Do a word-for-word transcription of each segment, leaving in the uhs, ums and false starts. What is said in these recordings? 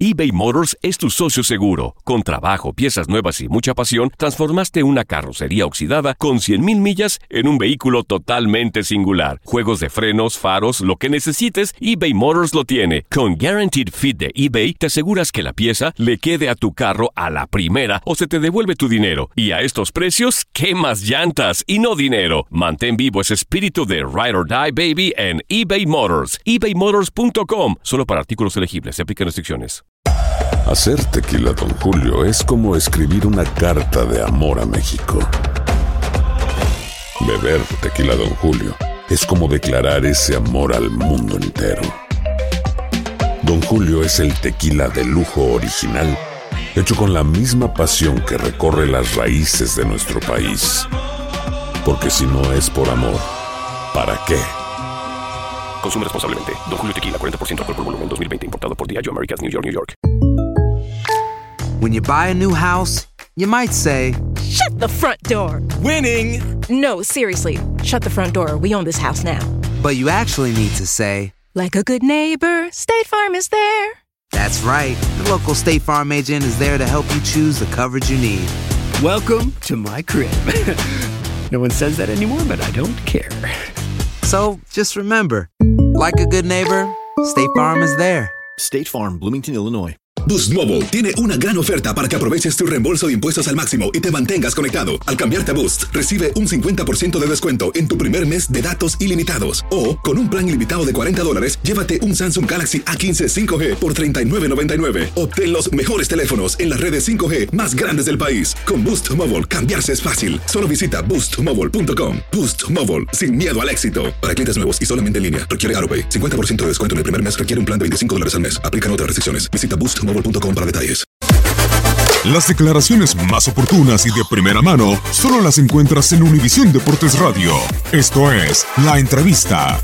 eBay Motors es tu socio seguro. Con trabajo, piezas nuevas y mucha pasión, transformaste una carrocería oxidada con cien mil millas en un vehículo totalmente singular. Juegos de frenos, faros, lo que necesites, eBay Motors lo tiene. Con Guaranteed Fit de eBay, te aseguras que la pieza le quede a tu carro a la primera o se te devuelve tu dinero. Y a estos precios, ¿qué más llantas y no dinero? Mantén vivo ese espíritu de Ride or Die, baby, en eBay Motors. ebay motors punto com. Solo para artículos elegibles. Se aplican restricciones. Hacer tequila Don Julio es como escribir una carta de amor a México. Beber tequila Don Julio es como declarar ese amor al mundo entero. Don Julio es el tequila de lujo original, hecho con la misma pasión que recorre las raíces de nuestro país. Porque si no es por amor, ¿para qué? Consume responsablemente. Don Julio Tequila, cuarenta por ciento alcohol por volumen, dos mil veinte. Importado por Diageo Americas, New York, New York. When you buy a new house, you might say, "Shut the front door." Winning! No, seriously. Shut the front door. We own this house now. But you actually need to say, like a good neighbor, State Farm is there. That's right. The local State Farm agent is there to help you choose the coverage you need. Welcome to my crib. No one says that anymore, but I don't care. So, just remember, like a good neighbor, State Farm is there. State Farm, Bloomington, Illinois. Boost Mobile tiene una gran oferta para que aproveches tu reembolso de impuestos al máximo y te mantengas conectado. Al cambiarte a Boost, recibe un cincuenta por ciento de descuento en tu primer mes de datos ilimitados. O, con un plan ilimitado de cuarenta dólares, llévate un Samsung Galaxy A quince cinco G por treinta y nueve noventa y nueve. Obtén los mejores teléfonos en las redes cinco G más grandes del país. Con Boost Mobile, cambiarse es fácil. Solo visita boost mobile punto com. Boost Mobile, sin miedo al éxito. Para clientes nuevos y solamente en línea, requiere AutoPay. cincuenta por ciento de descuento en el primer mes, requiere un plan de veinticinco dólares al mes. Aplican otras restricciones. Visita boost mobile punto com para detalles. Las declaraciones más oportunas y de primera mano solo las encuentras en Univisión Deportes Radio. Esto es La Entrevista.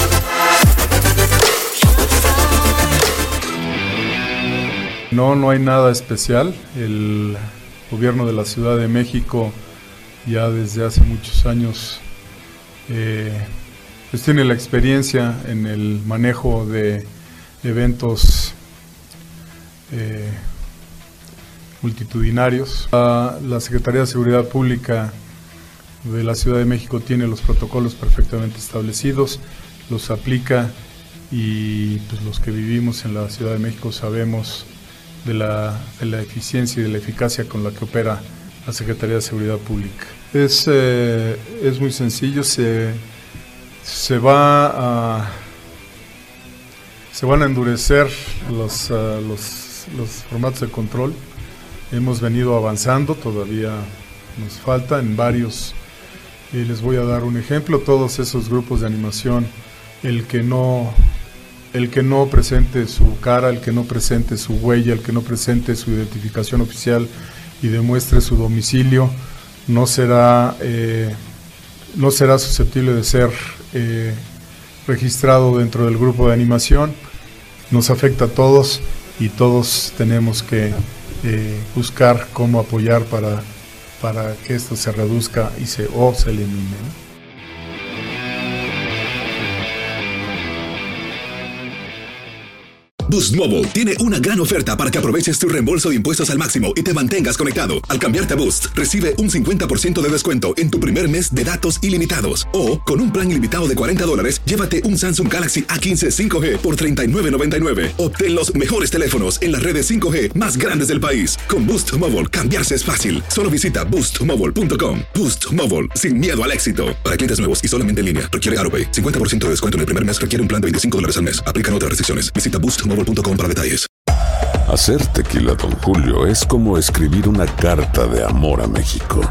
No, no hay nada especial. El gobierno de la Ciudad de México ya desde hace muchos años eh, pues tiene la experiencia en el manejo de eventos eh, multitudinarios. La, la Secretaría de Seguridad Pública de la Ciudad de México tiene los protocolos perfectamente establecidos, los aplica y pues, los que vivimos en la Ciudad de México sabemos de la, de la eficiencia y de la eficacia con la que opera la Secretaría de Seguridad Pública. Es, eh, es muy sencillo, se, se, va a, se van a endurecer los, uh, los, los formatos de control. Hemos venido avanzando, todavía nos falta en varios. Eh, les voy a dar un ejemplo, todos esos grupos de animación, el que no... el que no presente su cara, el que no presente su huella, el que no presente su identificación oficial y demuestre su domicilio, no será, eh, no será susceptible de ser eh, registrado dentro del grupo de animación. Nos afecta a todos y todos tenemos que eh, buscar cómo apoyar para, para que esto se reduzca y se, o se elimine, ¿no? Boost Mobile tiene una gran oferta para que aproveches tu reembolso de impuestos al máximo y te mantengas conectado. Al cambiarte a Boost, recibe un cincuenta por ciento de descuento en tu primer mes de datos ilimitados. O, con un plan ilimitado de cuarenta dólares, llévate un Samsung Galaxy A quince cinco G por treinta y nueve noventa y nueve. Obtén los mejores teléfonos en las redes cinco G más grandes del país. Con Boost Mobile, cambiarse es fácil. Solo visita boost mobile punto com. Boost Mobile, sin miedo al éxito. Para clientes nuevos y solamente en línea, requiere AutoPay. cincuenta por ciento de descuento en el primer mes, requiere un plan de veinticinco dólares al mes. Aplican otras restricciones. Visita boost mobile punto com para detalles. Hacer tequila Don Julio es como escribir una carta de amor a México.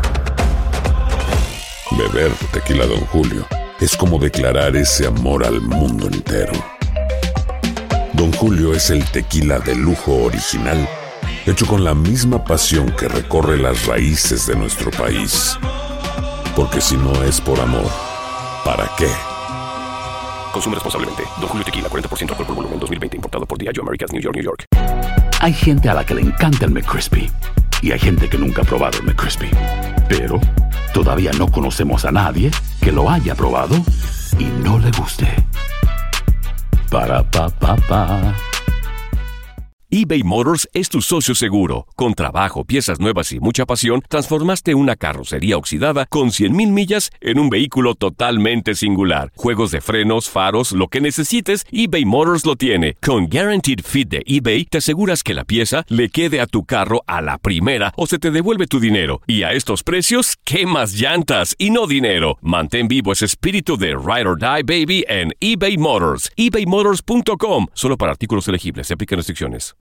Beber tequila Don Julio es como declarar ese amor al mundo entero. Don Julio es el tequila de lujo original, hecho con la misma pasión que recorre las raíces de nuestro país. Porque si no es por amor, ¿para qué? Consume responsablemente. Don Julio Tequila, cuarenta por ciento alcohol por volumen, dos mil veinte. Importado por Diageo Americas, New York, New York. Hay gente a la que le encanta el McCrispy y hay gente que nunca ha probado el McCrispy. Pero todavía no conocemos a nadie que lo haya probado y no le guste. Para pa pa pa. eBay Motors es tu socio seguro. Con trabajo, piezas nuevas y mucha pasión, transformaste una carrocería oxidada con cien mil millas en un vehículo totalmente singular. Juegos de frenos, faros, lo que necesites, eBay Motors lo tiene. Con Guaranteed Fit de eBay, te aseguras que la pieza le quede a tu carro a la primera o se te devuelve tu dinero. Y a estos precios, ¿qué más llantas y no dinero? Mantén vivo ese espíritu de Ride or Die, baby, en eBay Motors. ebay motors punto com. Solo para artículos elegibles. Se aplican restricciones.